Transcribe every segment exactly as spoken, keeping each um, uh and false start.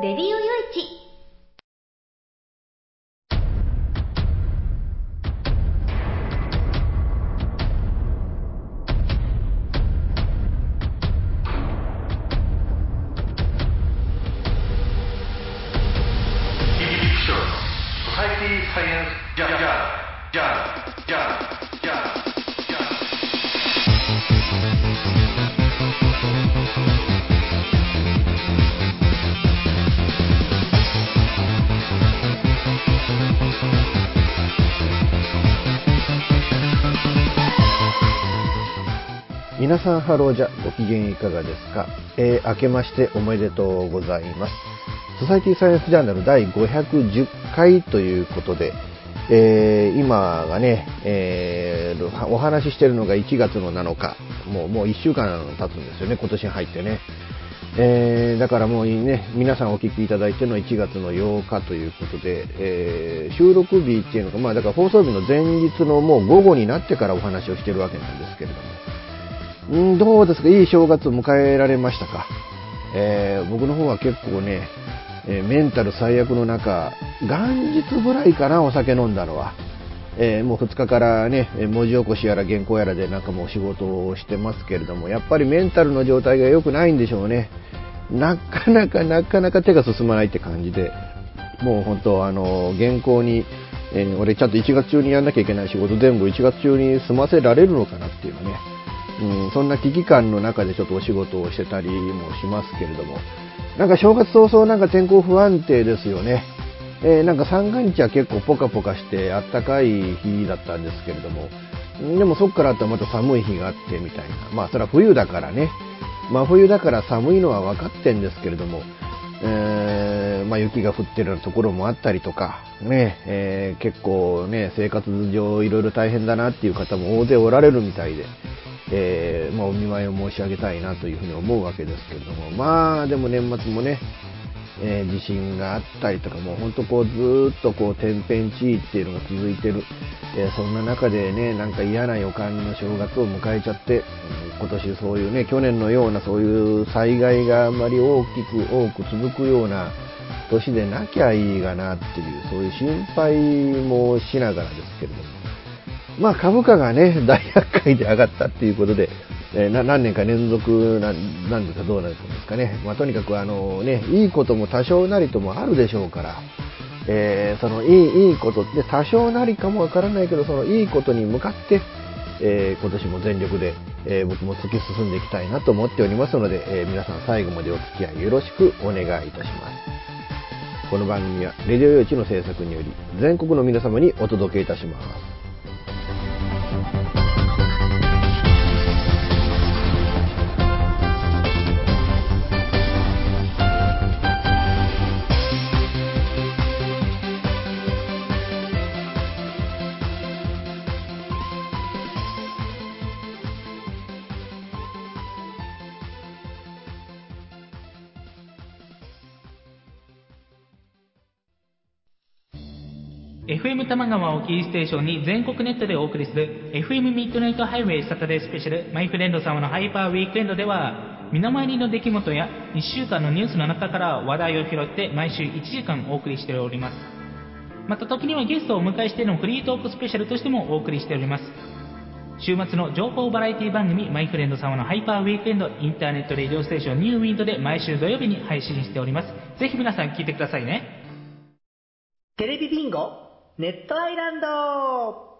レディオよいち。 皆さんハローじゃ、ご機嫌いかがですか。えー、明けましておめでとうございます。ソサイティサイエンスジャーナルだいごひゃくじゅっかいということで、えー、今がね、えー、お話ししているのがいちがつのなのか、もうもういっしゅうかん経つんですよね、今年に入ってね。えー、だからもうね、皆さんお聞きいただいているのはいちがつのようかということで、えー、収録日っていうのが、まあだから放送日の前日のもう午後になってからお話をしているわけなんですけれども、んどうですか、いい正月を迎えられましたか。えー、僕の方は結構ね、えー、メンタル最悪の中、元日ぐらいかな、お酒飲んだのは。えー、もうふつかからね、文字起こしやら原稿やらでなんかもう仕事をしてますけれども、やっぱりメンタルの状態が良くないんでしょうね。なかなかなかなか手が進まないって感じで、もう本当あの原稿に、えー、俺ちゃんといちがつ中にやんなきゃいけない仕事全部いちがつ中に済ませられるのかなっていうのね、うん、そんな危機感の中でちょっとお仕事をしてたりもしますけれども、なんか正月早々なんか天候不安定ですよね。えー、なんか三が日は結構ポカポカしてあったかい日だったんですけれども、でもそこからあとまた寒い日があってみたいな、まあそれは冬だからね、真冬だから寒いのは分かってんですけれども、えーまあ、雪が降ってるところもあったりとかね、えー、結構ね生活上いろいろ大変だなっていう方も大勢おられるみたいで、えーまあ、お見舞いを申し上げたいなというふうに思うわけですけれども、まあでも年末もね、えー、地震があったりとか、もう本当こうずーっとこう天変地異っていうのが続いてる、えー、そんな中でね、なんか嫌な予感の正月を迎えちゃって、うん、今年そういうね、去年のようなそういう災害があまり大きく多く続くような年でなきゃいいがなっていう、そういう心配もしながらですけれども、まあ株価がね、大厄介で上がったっていうことで、えー、な何年か連続な、なんですかどうなるんですかね。まあとにかくあのね、いいことも多少なりともあるでしょうから、えー、そのいい、いいことって多少なりかもわからないけど、そのいいことに向かって、えー、今年も全力で、えー、僕も突き進んでいきたいなと思っておりますので、えー、皆さん最後までお付き合いよろしくお願いいたします。この番組はレディオよいちの制作により全国の皆様にお届けいたします。 エフエム 多摩川をキーステーションに全国ネットでお送りする エフエム ミッドナイトハイウェイサタデースペシャルマイフレンド様のハイパーウィークエンドでは、身の回りの出来事やいっしゅうかんのニュースの中から話題を拾って毎週いちじかんお送りしております。また時にはゲストをお迎えしてのフリートークスペシャルとしてもお送りしております。週末の情報バラエティ番組マイフレンド様のハイパーウィークエンド、インターネットレディオステーションニューウィンドで毎週土曜日に配信しております。ぜひ皆さん聞いてくださいね。 テレビビンゴネットアイランド。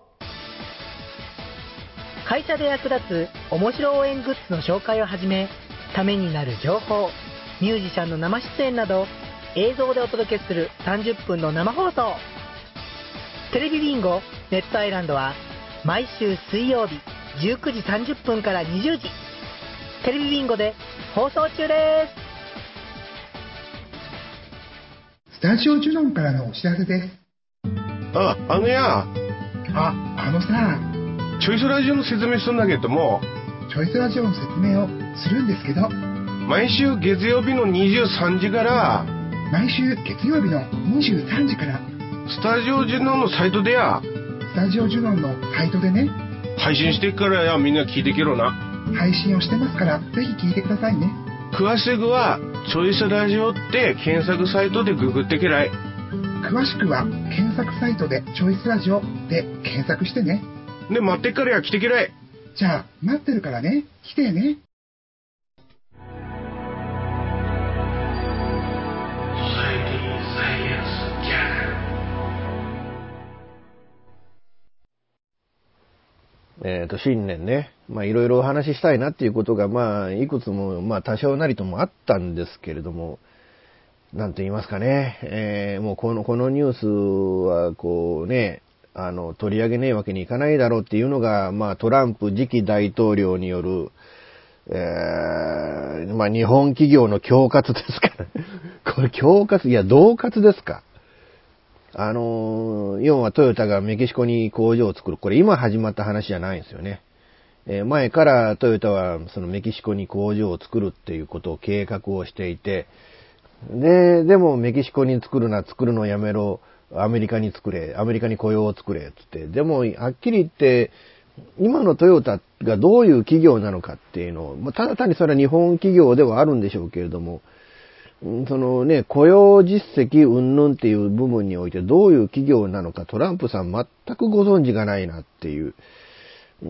会社で役立つ面白応援グッズの紹介をはじめ、ためになる情報、ミュージシャンの生出演など映像でお届けするさんじゅっぷんの生放送。テレビビンゴネットアイランドは毎週水曜日じゅうくじさんじゅっぷんからにじゅうじ、テレビビンゴで放送中です。 スタジオジュノンからのお知らせです。 あ、あのや。 あ、あのさ。 チョイスラジオの説明するんだけども。 チョイスラジオの説明をするんですけど。 毎週月曜日のにじゅうさんじから。 毎週月曜日のにじゅうさんじから。 スタジオジュノンのサイトでや。 スタジオジュノンのサイトでね。 配信してっからや、みんな聞いてけろな。 配信をしてますから、ぜひ聞いてくださいね。 詳しくはチョイスラジオって検索サイトでググってけらい。 詳しくは検索サイトでチョイスラジオで検索してね。 ね、待ってっからや来てけらい。 じゃあ待ってるからね、来てね。 えっと、新年ね、まあいろいろお話ししたいなっていうことが、まあいくつも、まあ多少なりともあったんですけれども、なんと言いますかね、えー、もうこの、このニュースはこうね、あの、取り上げねえわけにいかないだろうっていうのが、まあトランプ次期大統領による、えー、まあ日本企業の恐喝ですから。これ恐喝、いや、恫喝ですか。あの、要はトヨタがメキシコに工場を作る。これ今始まった話じゃないんですよね。えー、前からトヨタはそのメキシコに工場を作るっていうことを計画をしていて、で、でもメキシコに作るな、作るのやめろ、アメリカに作れ、アメリカに雇用を作れ、つって。でも、はっきり言って、今のトヨタがどういう企業なのかっていうのを、まあ、ただ単にそれは日本企業ではあるんでしょうけれども、そのね、雇用実績云々っていう部分においてどういう企業なのかトランプさん全くご存知がないなっていう、うん、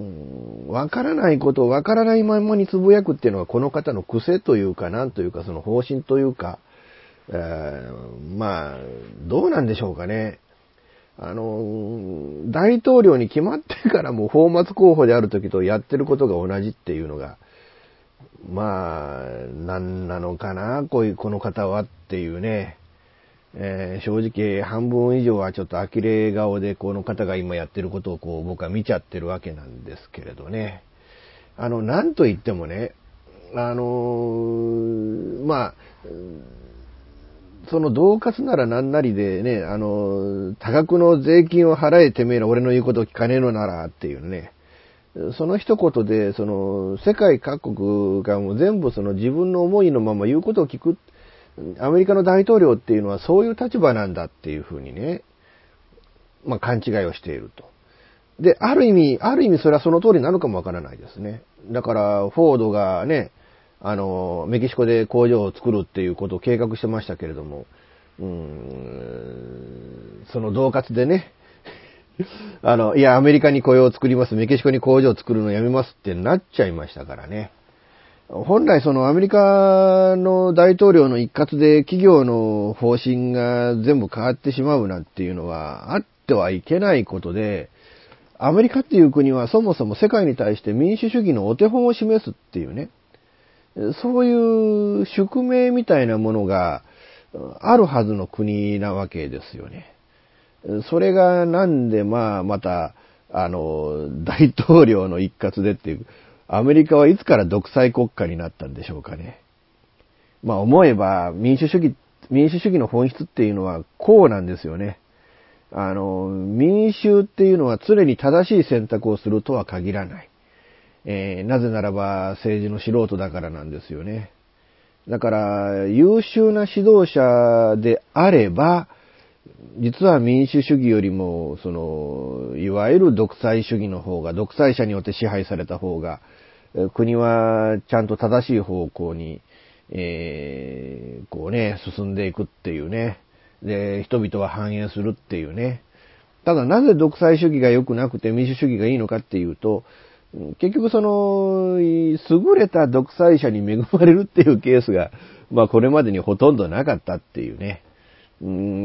わからないことをわからないままにつぶやくっていうのがこの方の癖というかなんというかその方針というか、えー、まあ、どうなんでしょうかね。あの、大統領に決まってからもフォーマツ候補である時とやってることが同じっていうのが、まあ、なんなのかな、こういう、この方はっていうね、えー、正直半分以上はちょっと呆れ顔でこの方が今やってることをこう僕は見ちゃってるわけなんですけれどね。あの、なんと言ってもね、あのー、まあ、その恫喝ならなんなりでね、あの、多額の税金を払えてめえら俺の言うことを聞かねえのならっていうね。その一言で、その、世界各国がもう全部その自分の思いのまま言うことを聞く。アメリカの大統領っていうのはそういう立場なんだっていうふうにね、まあ勘違いをしていると。で、ある意味、ある意味それはその通りなのかもわからないですね。だから、フォードがね、あの、メキシコで工場を作るっていうことを計画してましたけれども、うーん、その恫喝でね、あの、いや、アメリカに雇用を作ります、メキシコに工場を作るのをやめますってなっちゃいましたからね。本来そのアメリカの大統領の一括で企業の方針が全部変わってしまうなんていうのはあってはいけないことで、アメリカっていう国はそもそも世界に対して民主主義のお手本を示すっていうね、そういう宿命みたいなものがあるはずの国なわけですよね。それがなんでまあまた、あの、大統領の一括でっていう、アメリカはいつから独裁国家になったんでしょうかね。まあ思えば民主主義、民主主義の本質っていうのはこうなんですよね。あの、民衆っていうのは常に正しい選択をするとは限らない。えー、なぜならば政治の素人だからなんですよね。だから優秀な指導者であれば、実は民主主義よりも、その、いわゆる独裁主義の方が、独裁者によって支配された方が、国はちゃんと正しい方向に、えー、こうね、進んでいくっていうね。で、人々は繁栄するっていうね。ただなぜ独裁主義が良くなくて民主主義がいいのかっていうと、結局その、優れた独裁者に恵まれるっていうケースが、まあこれまでにほとんどなかったっていうね。うん、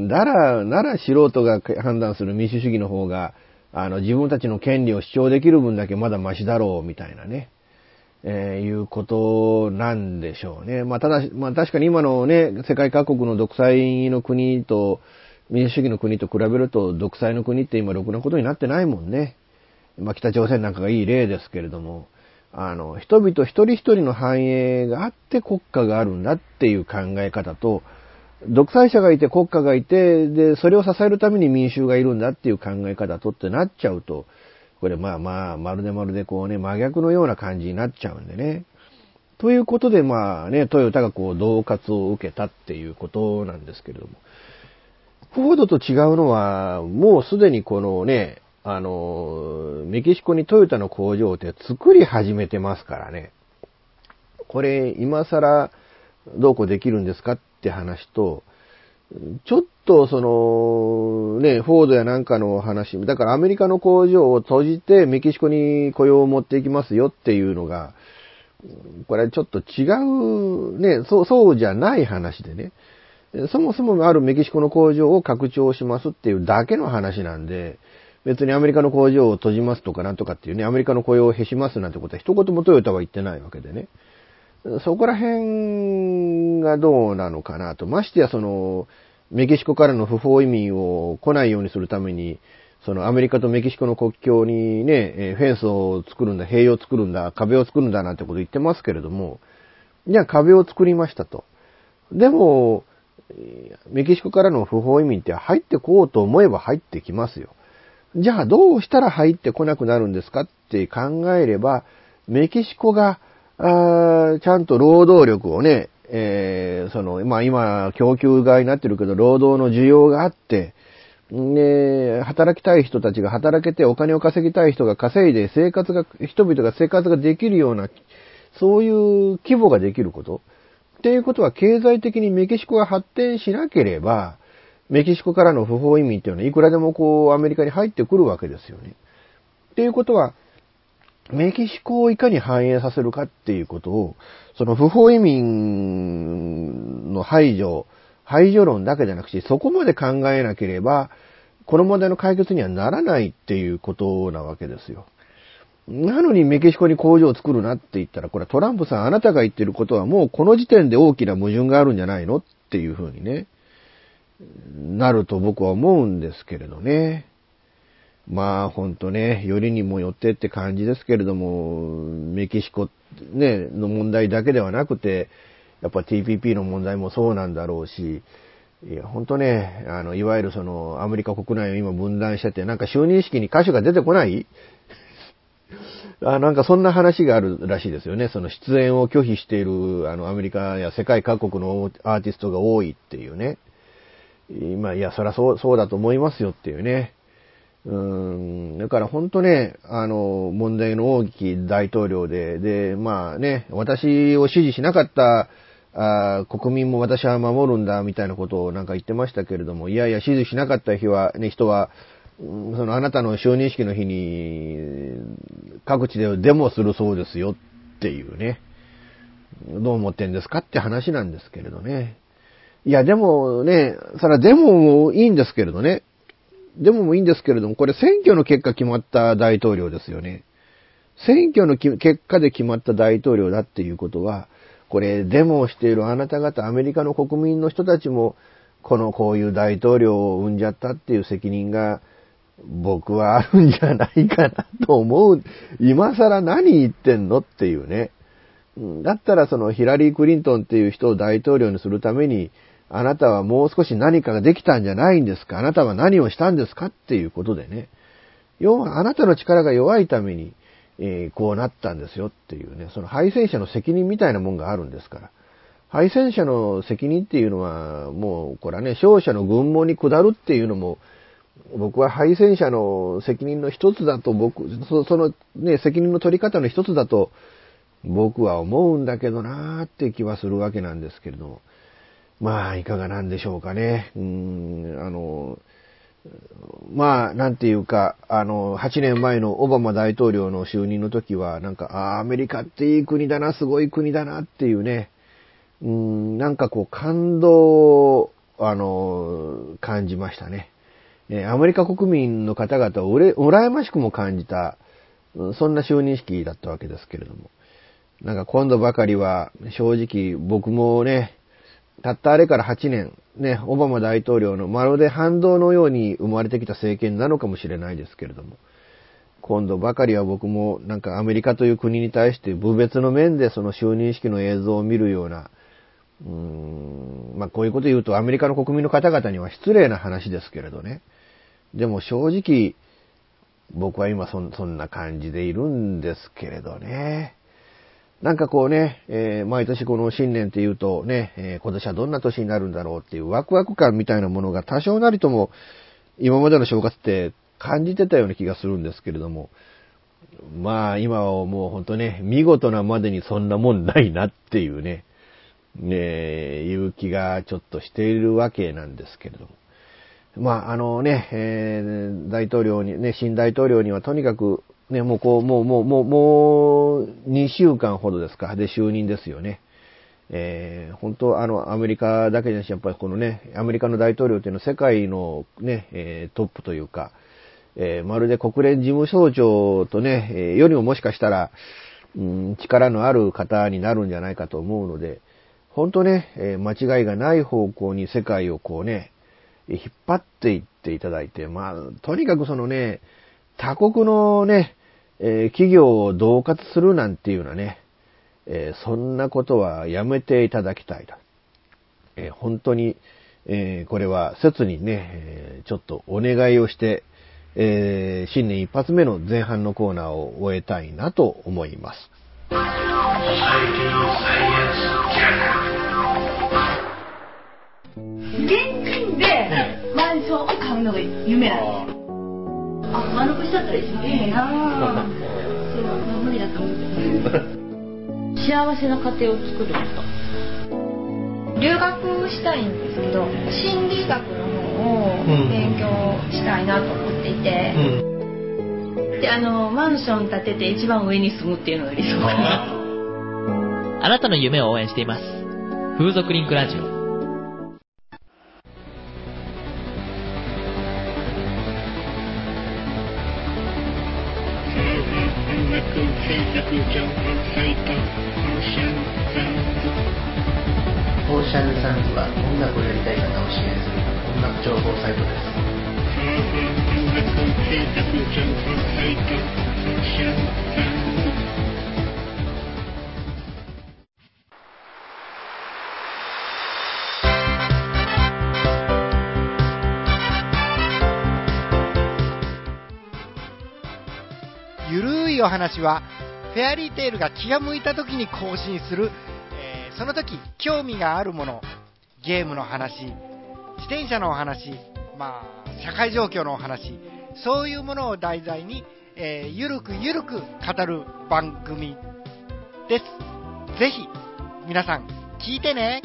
なら、なら素人が判断する民主主義の方が、あの、自分たちの権利を主張できる分だけまだマシだろう、みたいなね、えー、いうことなんでしょうね。まあ、ただ、まあ確かに今のね、世界各国の独裁の国と、民主主義の国と比べると、独裁の国って今ろくなことになってないもんね。まあ北朝鮮なんかがいい例ですけれども、あの、人々一人一人の繁栄があって国家があるんだっていう考え方と、独裁者がいて国家がいて、で、それを支えるために民衆がいるんだっていう考え方とってなっちゃうと、これまあまあ、まるでまるでこうね、真逆のような感じになっちゃうんでね。ということでまあね、トヨタがこう、恫喝を受けたっていうことなんですけれども。フォードと違うのは、もうすでにこのね、あの、メキシコにトヨタの工場って作り始めてますからね。これ、今更、 どうこうできるんですかって話と、ちょっとその、ね、フォードやなんかの話、だからアメリカの工場を閉じてメキシコに雇用を持っていきますよっていうのが、これちょっと違う、ね、そう、そうじゃない話でね、そもそもあるメキシコの工場を拡張しますっていうだけの話なんで、別にアメリカの工場を閉じますとかなんとかっていうね、アメリカの雇用を減しますなんてことは一言もトヨタは言ってないわけでね。そこら辺がどうなのかなと。ましてやその、メキシコからの不法移民を来ないようにするために、そのアメリカとメキシコの国境にね、フェンスを作るんだ、塀を作るんだ、壁を作るんだなんてこと言ってますけれども、じゃあ壁を作りましたと。でも、メキシコからの不法移民って入ってこうと思えば入ってきますよ。じゃあどうしたら入ってこなくなるんですかって考えれば、メキシコが、あちゃんと労働力をね、えー、その、まあ今、供給側になってるけど、労働の需要があって、ね、働きたい人たちが働けてお金を稼ぎたい人が稼いで生活が、人々が生活ができるような、そういう規模ができること。っていうことは経済的にメキシコが発展しなければ、メキシコからの不法移民っていうのはいくらでもこうアメリカに入ってくるわけですよね。っていうことは、メキシコをいかに反映させるかっていうことを、その不法移民の排除、排除論だけじゃなくて、そこまで考えなければ、この問題の解決にはならないっていうことなわけですよ。なのにメキシコに工場を作るなって言ったら、これはトランプさんあなたが言ってることはもうこの時点で大きな矛盾があるんじゃないのっていうふうにね、なると僕は思うんですけれどね。まあほんとね、よりにもよってって感じですけれども、メキシコね、の問題だけではなくて、やっぱ ティーピーピー の問題もそうなんだろうし、いや、ほんとね、あの、いわゆるその、アメリカ国内を今分断してて、なんか就任式に歌手が出てこないあなんかそんな話があるらしいですよね。その出演を拒否している、あの、アメリカや世界各国のアーティストが多いっていうね。今、いや、そりゃそう、そうだと思いますよっていうね。うーん、だから本当ね、あの、問題の大きい大統領で、で、まあね、私を支持しなかったあ国民も私は守るんだみたいなことをなんか言ってましたけれども、いやいや支持しなかった日は、ね、人は、そのあなたの就任式の日に各地でデモするそうですよっていうね。どう思ってんですかって話なんですけれどね。いやでもね、それはデモもいいんですけれどね。デモもいいんですけれども、これ選挙の結果決まった大統領ですよね。選挙の結果で決まった大統領だっていうことは、これデモをしているあなた方、アメリカの国民の人たちも、このこういう大統領を生んじゃったっていう責任が、僕はあるんじゃないかなと思う。今更何言ってんのっていうね。だったらそのヒラリー・クリントンっていう人を大統領にするために、あなたはもう少し何かができたんじゃないんですか？あなたは何をしたんですかっていうことでね。要はあなたの力が弱いために、えー、こうなったんですよっていうね。その敗戦者の責任みたいなもんがあるんですから。敗戦者の責任っていうのは、もうこれはね、勝者の軍門に下るっていうのも、僕は敗戦者の責任の一つだと僕、そ, そのね、責任の取り方の一つだと僕は思うんだけどなーって気はするわけなんですけれども。まあ、いかがなんでしょうかね。うーん、あの、まあ、なんていうか、あの、はちねんまえのオバマ大統領の就任の時は、なんか、ああ、アメリカっていい国だな、すごい国だなっていうね、うーん、なんかこう、感動を、あの、感じましたね。アメリカ国民の方々をうれ羨ましくも感じた、そんな就任式だったわけですけれども。なんか今度ばかりは、正直僕もね、たったあれからはちねん、ね、オバマ大統領のまるで反動のように生まれてきた政権なのかもしれないですけれども、今度ばかりは僕もなんかアメリカという国に対して部別の面でその就任式の映像を見るような、うーん、まあこういうこと言うとアメリカの国民の方々には失礼な話ですけれどね。でも正直、僕は今 そ, そんな感じでいるんですけれどね。なんかこうね、えー、毎年この新年って言うとね、えー、今年はどんな年になるんだろうっていうワクワク感みたいなものが多少なりとも今までの正月って感じてたような気がするんですけれども、まあ今はもう本当ね、見事なまでにそんなもんないなっていうね。 ね、いう気がちょっとしているわけなんですけれども。まあ、あのね、えー、大統領に、ね、新大統領にはとにかく、ね、もうこう、もう、もう、もう、もう、にしゅうかんほどですか、で就任ですよね。えー、本当、あの、アメリカだけじゃなし、やっぱりこのね、アメリカの大統領というのは世界のね、えー、トップというか、えー、まるで国連事務総長とね、えー、よりももしかしたら、うん、力のある方になるんじゃないかと思うので、本当ね、えー、間違いがない方向に世界をこうね、引っ張っていっていただいて、まあ、とにかくそのね、他国のね、えー、企業を恫喝するなんていうのはね、えー、そんなことはやめていただきたいと。えー、本当に、えー、これは切にね、えー、ちょっとお願いをして、えー、新年一発目の前半のコーナーを終えたいなと思います。 現金でマンションを買うのが夢なんです。あ、丸くしちゃったらいいなぁ。そう、無理だと思って幸せな家庭を作ること。留学したいんですけど、心理学の方を勉強したいなと思っていて、うん、で、あのマンション建てて一番上に住むっていうのが理想かな。 あなたの夢を応援しています。風俗リンクラジオ。 オーシャンズサンズは音楽をやりたい方を支援する音楽情報サイトです。 ゆるいお話はフェアリーテールが気が向いた時に更新する、えー、その時興味があるもの、ゲームの話、自転車のお話、まあ社会状況のお話、そういうものを題材に、えー、ゆるくゆるく語る番組です。ぜひ皆さん聞いてね。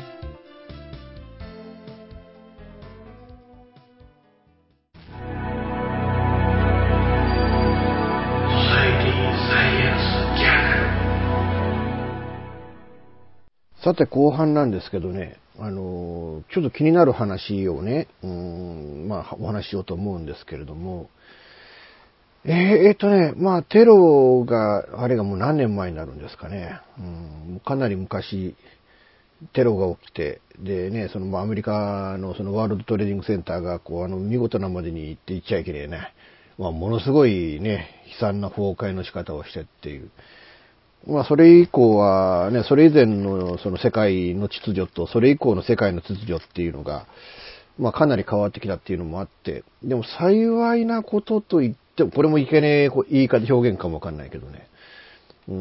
さて後半なんですけどね、あのちょっと気になる話をね、うーん、まあお話ししようと思うんですけれども、えー、えー、っとね、まあテロがあれがもう何年前になるんですかね、うん、かなり昔テロが起きて、でね、そのまあアメリカのそのワールドトレーディングセンターがこうあの見事なまでに行って行っちゃいけねえね、まあものすごいね悲惨な崩壊の仕方をしてっていう。まあ、それ以降はね、それ以前のその世界の秩序と、それ以降の世界の秩序っていうのが、まあ、かなり変わってきたっていうのもあって、でも幸いなことと言っても、これもいけねえ言い方、表現かもわかんないけどね。うん、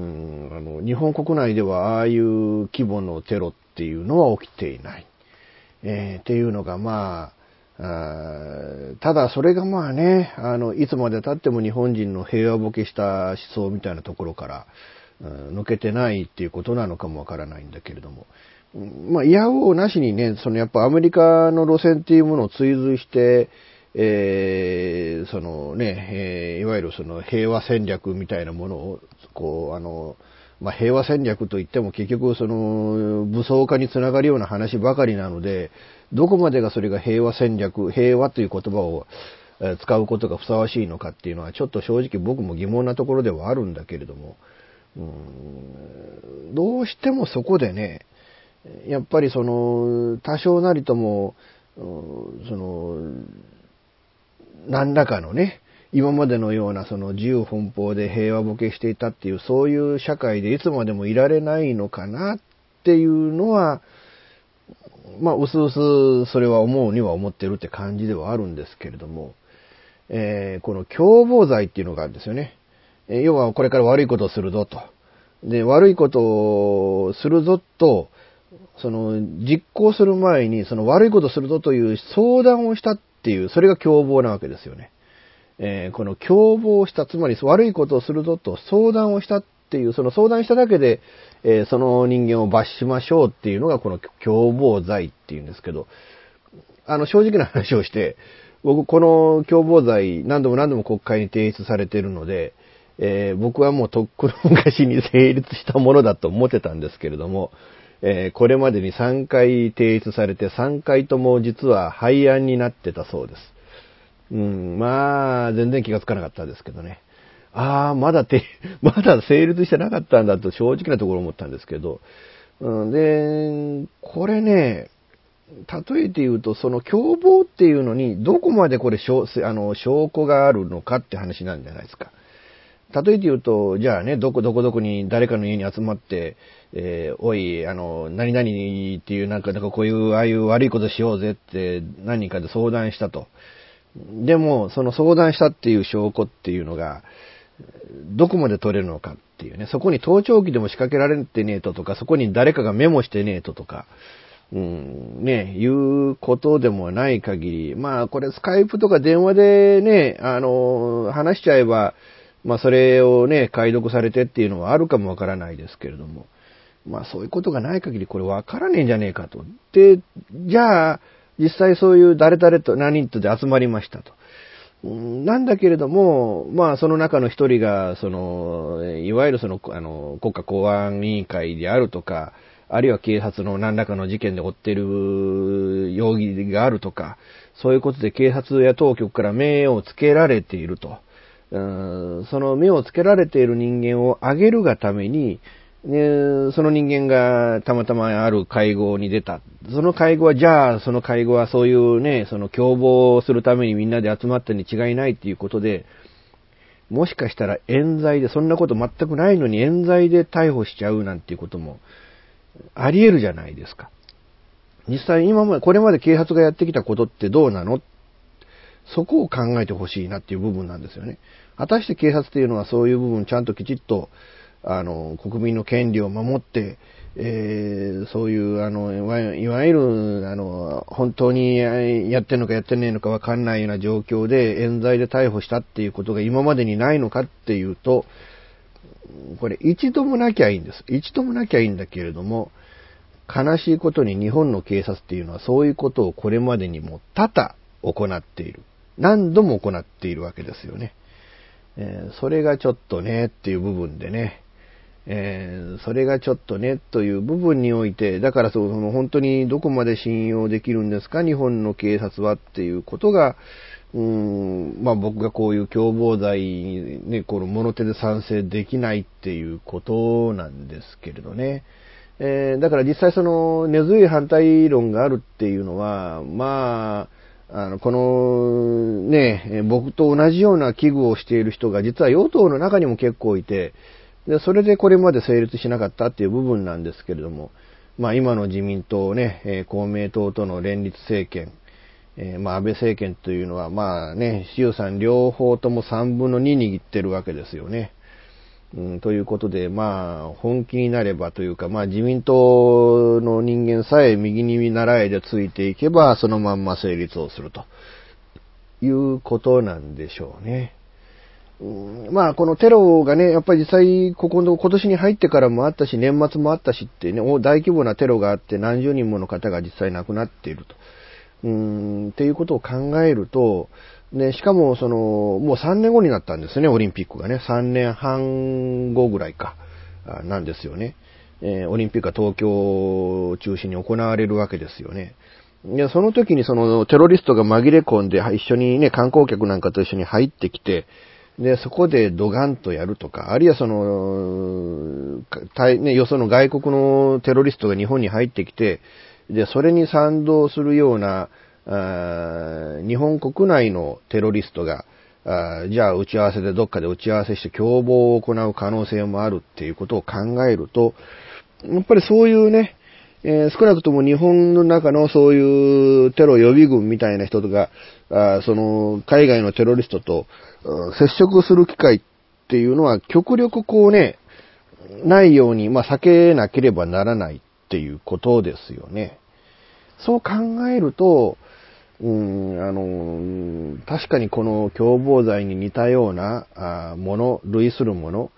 あの、日本国内ではああいう規模のテロっていうのは起きていない。えー、っていうのがまあ、あただそれがまあね、あの、いつまで経っても日本人の平和ボケした思想みたいなところから、抜けてないっていうことなのかもわからないんだけれども、まあ、いやおうなしにね、そのやっぱアメリカの路線っていうものを追随して、えー、そのね、えー、いわゆるその平和戦略みたいなものを、こう、あの、まあ、平和戦略といっても結局その武装化につながるような話ばかりなので、どこまでがそれが平和戦略、平和という言葉を使うことがふさわしいのかっていうのはちょっと正直僕も疑問なところではあるんだけれども、うーん、どうしてもそこでね、やっぱりその多少なりともその何らかのね、今までのようなその自由奔放で平和ボケしていたっていう、そういう社会でいつまでもいられないのかなっていうのは、まあうすうすそれは思うには思ってるって感じではあるんですけれども、えー、この共謀罪っていうのがあるんですよね。要はこれから悪いことをするぞと。で、悪いことをするぞと、その実行する前にその悪いことをするぞという相談をしたっていう、それが共謀なわけですよね。えー、この共謀した、つまり悪いことをするぞと相談をしたっっていう、その相談しただけで、えー、その人間を罰しましょうっていうのがこの共謀罪っていうんですけど、あの正直な話をして、僕この共謀罪何度も何度も国会に提出されているので、えー、僕はもうとっくの昔に成立したものだと思ってたんですけれども、えー、これまでにさんかい提出されてさんかいとも実は廃案になってたそうです。うん、まあ全然気がつかなかったですけどね。ああ、まだて、まだ成立してなかったんだと正直なところ思ったんですけど、うん、で、これね、例えて言うと、その共謀っていうのに、どこまでこれ証、あの、証拠があるのかって話なんじゃないですか。例えて言うと、じゃあね、どこどこどこに誰かの家に集まって、えー、おい、あの、何々っていう、なんか、なんかこういう、ああいう悪いことしようぜって何人かで相談したと。でも、その相談したっていう証拠っていうのが、どこまで取れるのかっていうね、そこに盗聴器でも仕掛けられてねえととか、そこに誰かがメモしてねえととか、うん、ね、いうことでもない限り、まあこれスカイプとか電話でね、あの、話しちゃえば、まあそれをね、解読されてっていうのはあるかもわからないですけれども、まあそういうことがない限りこれわからねえんじゃねえかと。で、じゃあ、実際そういう誰々と何人とで集まりましたと。なんだけれども、まあその中の一人が、その、いわゆるその、あの、国家公安委員会であるとか、あるいは警察の何らかの事件で追っている容疑があるとか、そういうことで警察や当局から目をつけられていると。うん、その目をつけられている人間を挙げるがために、ね、その人間がたまたまある会合に出た。その会合は、じゃあその会合はそういうね、その共謀をするためにみんなで集まったに違いないっていうことで、もしかしたら冤罪で、そんなこと全くないのに冤罪で逮捕しちゃうなんていうこともあり得るじゃないですか。実際今まで、これまで警察がやってきたことってどうなの？そこを考えてほしいなっていう部分なんですよね。果たして警察っていうのはそういう部分ちゃんときちっとあの、国民の権利を守って、えー、そういう、あの、いわいわゆる、あの、本当にやってんのかやってねえのかわかんないような状況で冤罪で逮捕したっていうことが今までにないのかっていうと、これ一度もなきゃいいんです。一度もなきゃいいんだけれども、悲しいことに日本の警察っていうのはそういうことをこれまでにも多々行っている。何度も行っているわけですよね。えー、それがちょっとねっていう部分でね、えー、それがちょっとねという部分において、だからその本当にどこまで信用できるんですか日本の警察はっていうことが、うーん、まあ僕がこういう共謀罪にね、この物手で賛成できないっていうことなんですけれどね。えー、だから実際その根強い反対論があるっていうのは、まあ、あの、このね、僕と同じような危惧をしている人が実は与党の中にも結構いて、で、それでこれまで成立しなかったっていう部分なんですけれども、まあ今の自民党ね、えー、公明党との連立政権、えー、まあ安倍政権というのはまあね、衆参両方ともさんぶんのに握ってるわけですよね。うん、ということで、まあ本気になればというか、まあ自民党の人間さえ右に習えでついていけば、そのまんま成立をするということなんでしょうね。うん、まあこのテロがね、やっぱり実際ここの今年に入ってからもあったし、年末もあったしってね、大規模なテロがあって何十人もの方が実際亡くなっていると。うーん、っていうことを考えると、ね、しかもその、もうさんねんごになったんですね、オリンピックがね。さんねんはんごぐらいか、なんですよね。えー、オリンピックが東京を中心に行われるわけですよね。で、その時にそのテロリストが紛れ込んで一緒にね、観光客なんかと一緒に入ってきて、で、そこでドガンとやるとか、あるいはその、ね、よその外国のテロリストが日本に入ってきて、で、それに賛同するような、あ日本国内のテロリストが、あじゃあ打ち合わせでどっかで打ち合わせして共謀を行う可能性もあるっていうことを考えると、やっぱりそういうね、えー、少なくとも日本の中のそういうテロ予備軍みたいな人とか、あその海外のテロリストと接触する機会っていうのは極力こうね、ないように、まあ避けなければならないっていうことですよね。そう考えると、うん、あの、確かにこの共謀罪に似たようなもの、類するもの、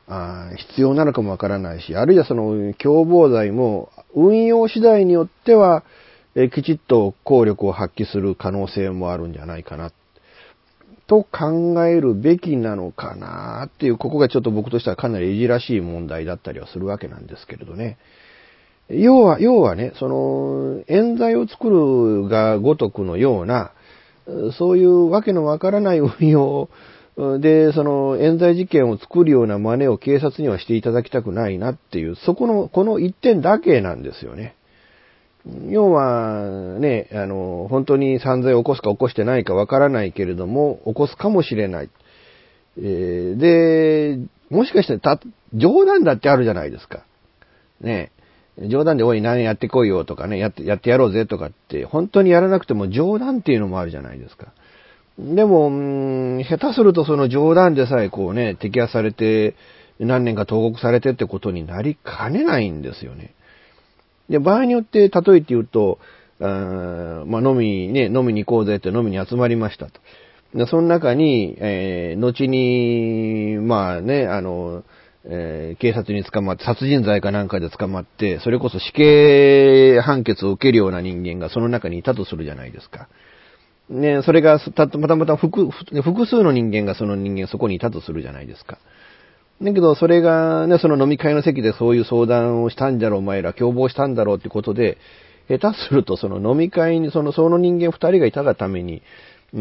あ必要なのかもわからないし、あるいはその共謀罪も運用次第によっては、えきちっと効力を発揮する可能性もあるんじゃないかなと考えるべきなのかなっていう、ここがちょっと僕としてはかなりいじらしい問題だったりはするわけなんですけれどね。要は、要はね、その、冤罪を作るがごとくのような、そういうわけのわからない運用で、その、冤罪事件を作るような真似を警察にはしていただきたくないなっていう、そこの、この一点だけなんですよね。要は、ね、あの、本当に犯罪を起こすか起こしてないかわからないけれども、起こすかもしれない。えー、で、もしかしてた、冗談だってあるじゃないですか。ね。冗談で、おい、何やってこいよとかね、やって、やってやろうぜとかって、本当にやらなくても冗談っていうのもあるじゃないですか。でも、ん下手するとその冗談でさえこうね、摘発されて、何年か投獄されてってことになりかねないんですよね。で、場合によって、例えて言うと、あまあ、飲み、ね、飲みに行こうぜって飲みに集まりましたと。で、その中に、えー、後に、まあね、あの、えー、警察に捕まって、殺人罪かなんかで捕まって、それこそ死刑判決を受けるような人間がその中にいたとするじゃないですか。ね、それが、た、またまた複、複数の人間がその人間そこにいたとするじゃないですか。だけど、それがね、その飲み会の席でそういう相談をしたんじゃろ、お前ら、共謀したんだろうってことで、下手するとその飲み会にその、その人間二人がいたがために、うん、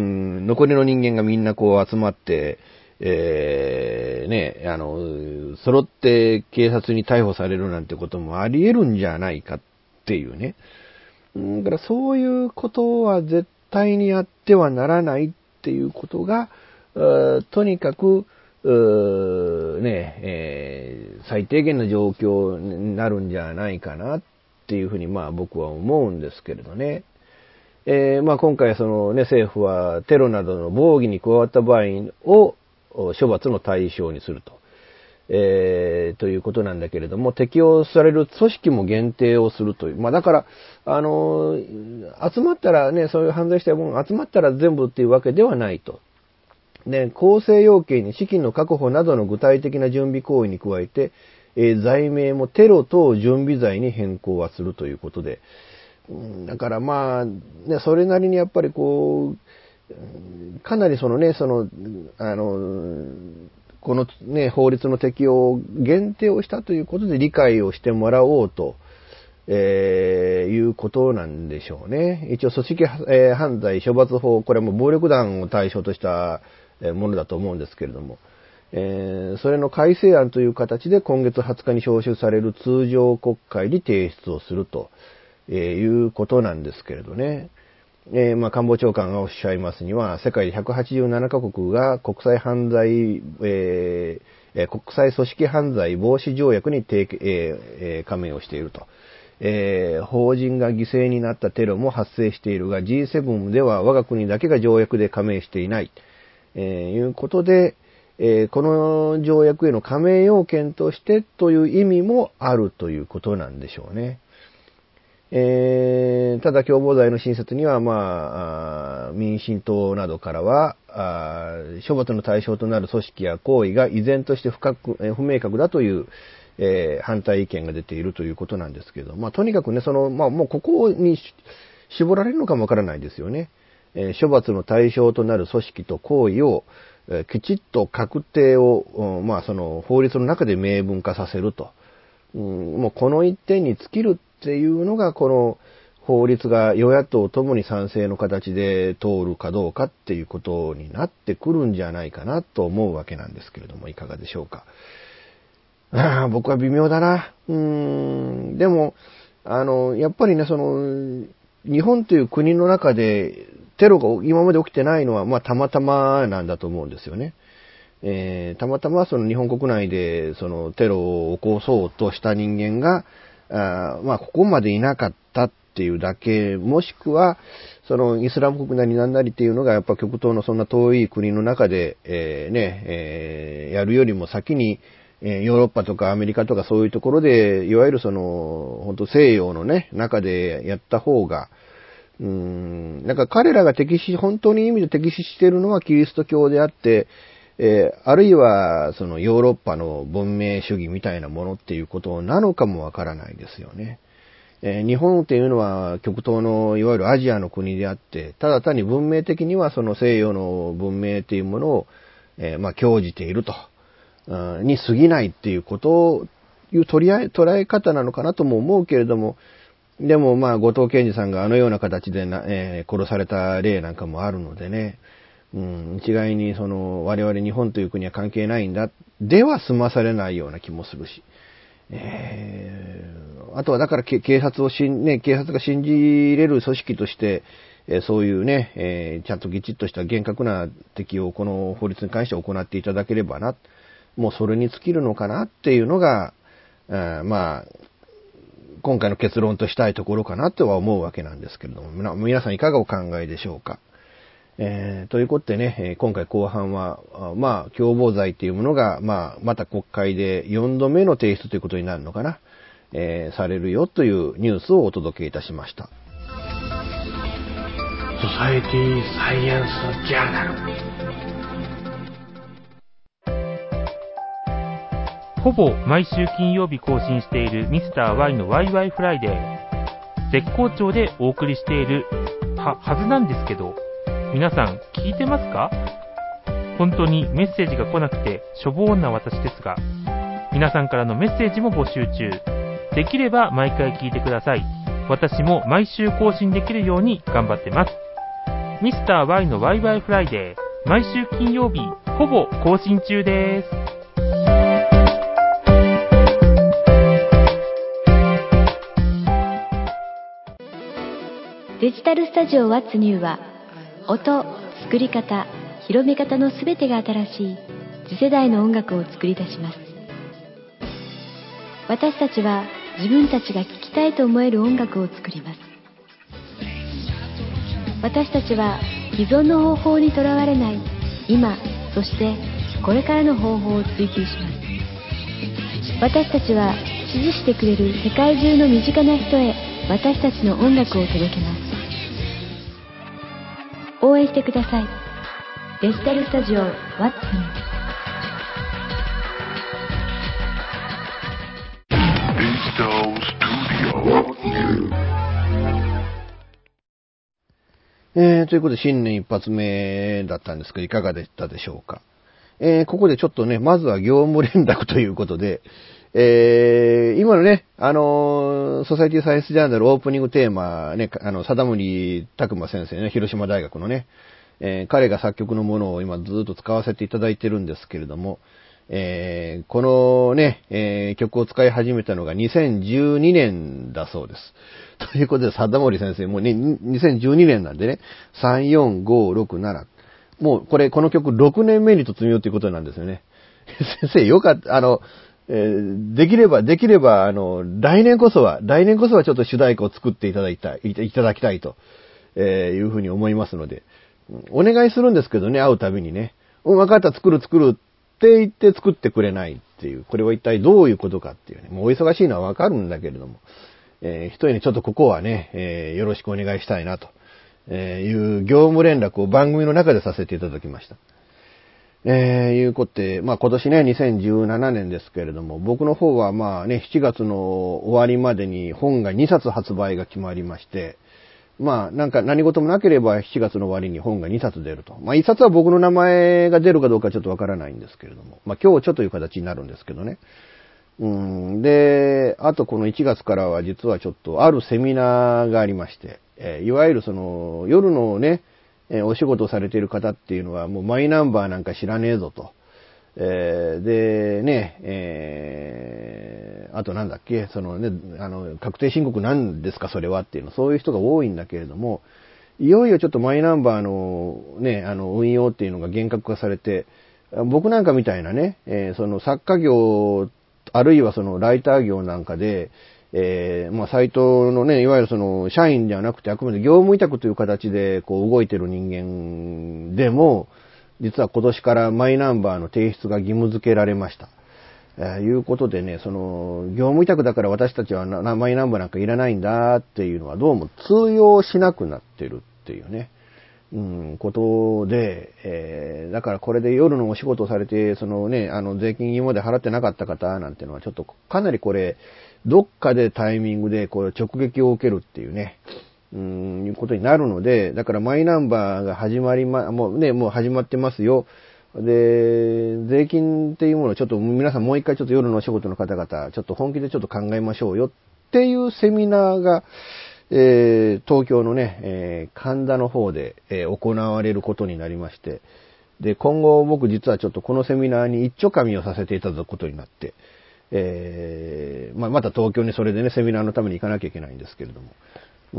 残りの人間がみんなこう集まって、えー、ね、あの、揃って警察に逮捕されるなんてこともあり得るんじゃないかっていうね。だからそういうことは絶対にやってはならないっていうことが、とにかく、うーねえー、最低限の状況になるんじゃないかなっていうふうにまあ僕は思うんですけれどね。えー、まあ今回そのね政府はテロなどの防御に加わった場合を処罰の対象にすると、えー、ということなんだけれども、適用される組織も限定をするという。まあだからあの集まったらね、そういう犯罪したもの集まったら全部っていうわけではないと。で、構成要件に資金の確保などの具体的な準備行為に加えて、えー、罪名もテロ等準備罪に変更はするということで、うん、だからまあ、ね、それなりにやっぱりこう、かなりそのね、その、あの、このね、法律の適用を限定をしたということで理解をしてもらおうと、えー、いうことなんでしょうね。一応組織、えー、犯罪処罰法、これはもう暴力団を対象としたものだと思うんですけれども、えー、それの改正案という形で今月はつかに召集される通常国会に提出をすると、えー、いうことなんですけれどね。えー、まあ官房長官がおっしゃいますには、世界でひゃくはちじゅうななカ国が国際犯罪、えー、国際組織犯罪防止条約に提、えー、加盟をしていると。えー、法人が犠牲になったテロも発生しているが ジーセブン では我が国だけが条約で加盟していない。えー、いうことで、えー、この条約への加盟要件としてという意味もあるということなんでしょうね。えー、ただ共謀罪の新設には、まあ、民進党などからはあ処罰の対象となる組織や行為が依然として不確、えー、不明確だという、えー、反対意見が出ているということなんですけど、まあ、とにかくね、その、まあ、もうここに絞られるのかもわからないですよね。えー、処罰の対象となる組織と行為を、えー、きちっと確定を、まあ、その法律の中で明文化させると、うん、もうこの一点に尽きるっていうのがこの法律が与野党ともに賛成の形で通るかどうかっていうことになってくるんじゃないかなと思うわけなんですけれども、いかがでしょうか。ああ、僕は微妙だな。うーん、でもあのやっぱりね、その日本という国の中でテロが今まで起きてないのは、まあ、たまたまなんだと思うんですよね。えー、たまたまその日本国内でそのテロを起こそうとした人間が、あまあ、ここまでいなかったっていうだけ、もしくは、そのイスラム国なりなんなりっていうのがやっぱ極東のそんな遠い国の中で、えー、ね、えー、やるよりも先に、えー、ヨーロッパとかアメリカとかそういうところで、いわゆるその、本当西洋のね、中でやった方が、うーん、なんか彼らが敵視、本当に意味で敵視しているのはキリスト教であって、 えー、あるいはそのヨーロッパの文明主義みたいなものっていうことなのかもわからないですよね。えー、日本っていうのは極東のいわゆるアジアの国であって、ただ単に文明的にはその西洋の文明っていうものを、えー、まあ享じていると、うん、に過ぎないっていうことをいう取り合い捉え方なのかなとも思うけれども、でもまあ後藤健二さんがあのような形でな、えー、殺された例なんかもあるのでね、うん、一概にその我々日本という国は関係ないんだでは済まされないような気もするし、えー、あとはだから警察をしん、ね、警察が信じれる組織として、えー、そういうね、えー、ちゃんときちっとした厳格な適用をこの法律に関して行っていただければな、もうそれに尽きるのかなっていうのが、あまあ今回の結論としたいところかなとは思うわけなんですけれども、皆さんいかがお考えでしょうか。えー、ということでね、今回後半は、まあ、共謀罪っていうものが、まあ、また国会でよんどめの提出ということになるのかな、えー、されるよというニュースをお届けいたしました。 ソサエティサイエンスジャーナル。 ほぼ毎週金曜日更新しているミスター Y のワイワイフライデー。絶好調でお送りしているは、はずなんですけど、皆さん聞いてますか？本当にメッセージが来なくてしょぼーんな私ですが、皆さんからのメッセージも募集中。できれば毎回聞いてください。私も毎週更新できるように頑張ってます。ミスター Y のワイワイフライデー、毎週金曜日ほぼ更新中です。 デジタルスタジオ What's New は音、作り方、広め方のすべてが新しい次世代の音楽を作り出します。私たちは自分たちが聴きたいと思える音楽を作ります。私たちは既存の方法にとらわれない今、そしてこれからの方法を追求します。私たちは支持してくれる世界中の身近な人へ私たちの音楽を届けます。応援してください。デジタルスタジオ What's New。 えー、ということで新年一発目だったんですけどいかがでしたでしょうか。えー、ここでちょっとね、まずは業務連絡ということで、えー、今のね、あのー、ソサイティサイエンスジャーナルオープニングテーマね、あの、貞森拓馬先生ね、広島大学のね、えー、彼が作曲のものを今ずっと使わせていただいてるんですけれども、えー、このね、えー、曲を使い始めたのがにせんじゅうにねんだそうです。ということで、貞森先生もね、にせんじゅうにねんなんでね、さん、よん、ご、ろく、なな。もうこれ、この曲ろくねんめに突入ということなんですよね。先生、よかった、あの、えー、できれば、できれば、あの、来年こそは、来年こそはちょっと主題歌を作っていただきたい、いただきたいと、えー、いうふうに思いますので、お願いするんですけどね、会うたびにね、うん、分かった、作る作るって言って作ってくれないっていう、これは一体どういうことかっていうね、もうお忙しいのはわかるんだけれども、えー、一人にちょっとここはね、えー、よろしくお願いしたいなと、えー、いう業務連絡を番組の中でさせていただきました。えー、いうことで、まあ今年ね、にせんじゅうななねんですけれども、僕の方はまあね、しちがつの終わりまでに本がにさつ発売が決まりまして、まあなんか何事もなければしちがつの終わりに本がにさつ出ると。まあいっさつは僕の名前が出るかどうかちょっとわからないんですけれども、まあ今日ちょっという形になるんですけどね。うん、で、あとこのいちがつからは実はちょっとあるセミナーがありまして、えー、いわゆるその夜のね、えー、お仕事をされている方っていうのはもうマイナンバーなんか知らねえぞと。えー、でね、えー、あとなんだっけ、そのね、あの、確定申告なんですかそれはっていうの、そういう人が多いんだけれども、いよいよちょっとマイナンバーのね、あの、運用っていうのが厳格化されて、僕なんかみたいなね、えー、その作家業、あるいはそのライター業なんかで、えー、まあ、サイトのね、いわゆるその、社員ではなくて、あくまで業務委託という形で、こう、動いてる人間でも、実は今年からマイナンバーの提出が義務付けられました。えー、いうことでね、その、業務委託だから私たちはなマイナンバーなんかいらないんだっていうのはどうも通用しなくなってるっていうね。 うん、ことで、えー、だからこれで夜のお仕事をされて、そのね、あの、税金今まで払ってなかった方なんていうのは、ちょっとかなりこれ、どっかでタイミングでこれ直撃を受けるっていうね、うん、いうことになるので、だからマイナンバーが始まりま、もうね、もう始まってますよ。で、税金っていうものをちょっと皆さんもう一回ちょっと夜のお仕事の方々、ちょっと本気でちょっと考えましょうよっていうセミナーが、えー、東京のね、えー、神田の方で、えー、行われることになりまして、で、今後僕実はちょっとこのセミナーに一丁紙をさせていただくことになって、えー、まあ、また東京にそれでね、セミナーのために行かなきゃいけないんですけれども、うん、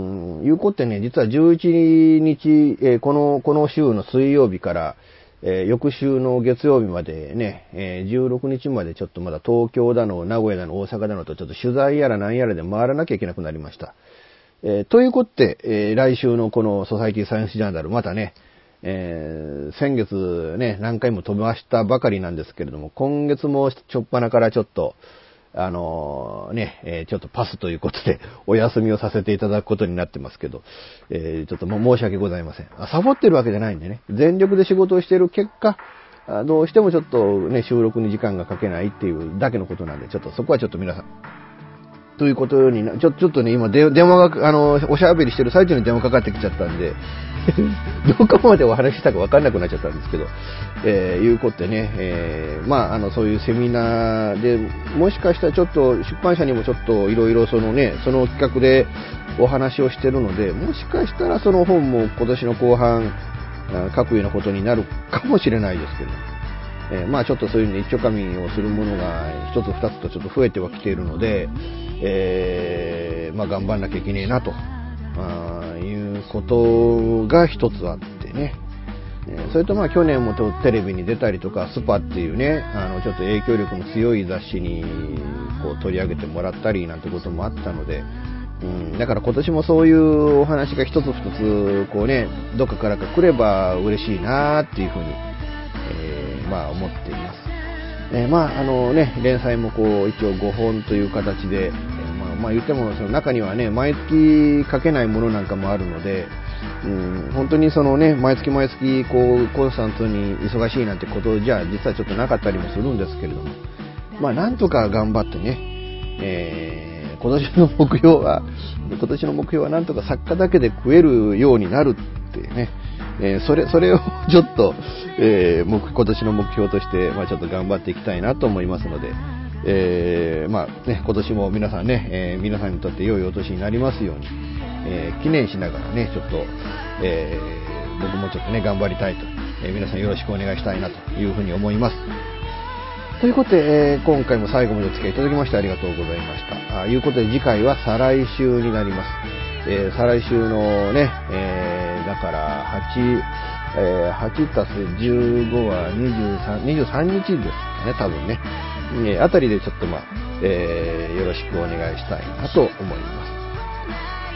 いうことってね、実はじゅういちにち、えー、この、この週の水曜日から、えー、翌週の月曜日までね、えー、じゅうろくにちまでちょっとまだ東京だの、名古屋だの、大阪だのとちょっと取材やら何やらで回らなきゃいけなくなりました。えー、ということで、えー、来週のこのソサイティサイエンスジャーナル、またね、えー、先月ね、何回も飛ばしたばかりなんですけれども、今月もちょっぱなからちょっと、あのー、ね、えー、ちょっとパスということで、お休みをさせていただくことになってますけど、えー、ちょっともう申し訳ございません。サボってるわけじゃないんでね、全力で仕事をしている結果、どうしてもちょっとね、収録に時間がかけないっていうだけのことなんで、ちょっとそこはちょっと皆さん、ということにな、ちょ、ちょっとね、今電話が、あの、おしゃべりしてる最中に電話かかってきちゃったんで、どこまでお話ししたか分かんなくなっちゃったんですけど、えー、いうことでね、えー、まあ、あの、そういうセミナーで、もしかしたらちょっと出版社にもちょっといろいろそのね、その企画でお話をしてるので、もしかしたらその本も今年の後半、書くようなことになるかもしれないですけど、えー、まあちょっとそういうね、一丁紙をするものが一つ二つとちょっと増えてはきているので、えー、まあ頑張んなきゃいけねえなと、あいうことが一つあってね。えー、それとまあ去年もテレビに出たりとか、スパっていうね、あのちょっと影響力の強い雑誌にこう取り上げてもらったりなんてこともあったので、うん、だから今年もそういうお話が一つ二つこうね、どっかからか来れば嬉しいなっていうふうに、えー、まあ思っています。えー、まああのね、連載もこう一応ごほんという形で、えー、まあ、まあ言ってもその中にはね、毎月書けないものなんかもあるので、うん、本当にそのね、毎月毎月こうコンスタントに忙しいなんてことじゃ実はちょっとなかったりもするんですけれども、まあなんとか頑張ってね、えー、今年の目標は今年の目標はなんとか作家だけで食えるようになるっていうね、えー、それそれをちょっと、えー、今年の目標として、まあ、ちょっと頑張っていきたいなと思いますので、えー、まあね、今年も皆さんね、えー、皆さんにとって良いお年になりますように、えー、記念しながらね、ちょっと、えー、僕もちょっとね、頑張りたいと、えー、皆さんよろしくお願いしたいなというふうに思います。ということで、えー、今回も最後までお付き合いいただきましてありがとうございました。ということで次回は再来週になります。えー、再来週のね、えー、だからはち、えー、はちたすじゅうごはにじゅうさん、にじゅうさんにちですかね、多分ね。えー、あたりでちょっとまあ、えー、よろしくお願いしたいなと思います。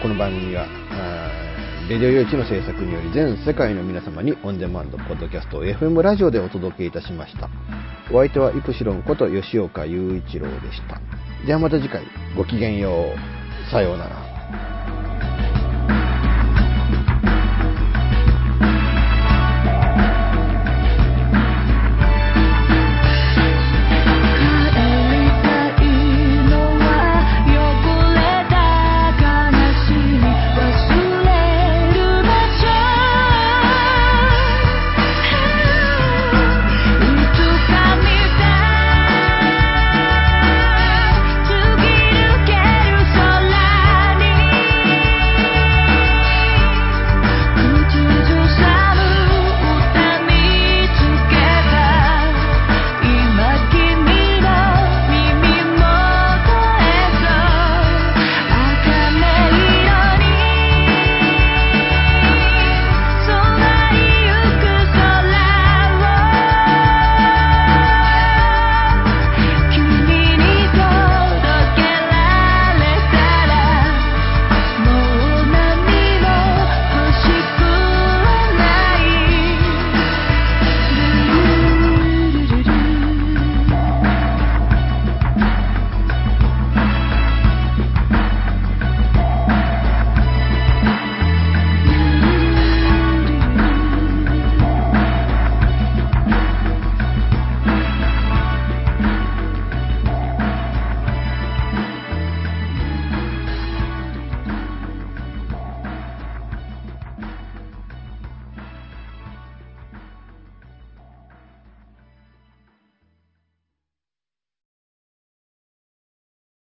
この番組は、レディオ用地の制作により全世界の皆様にオンデマンド、ポッドキャスト、エフエム ラジオでお届けいたしました。お相手はイプシロンこと吉岡雄一郎でした。ではまた次回、ごきげんよう。さようなら。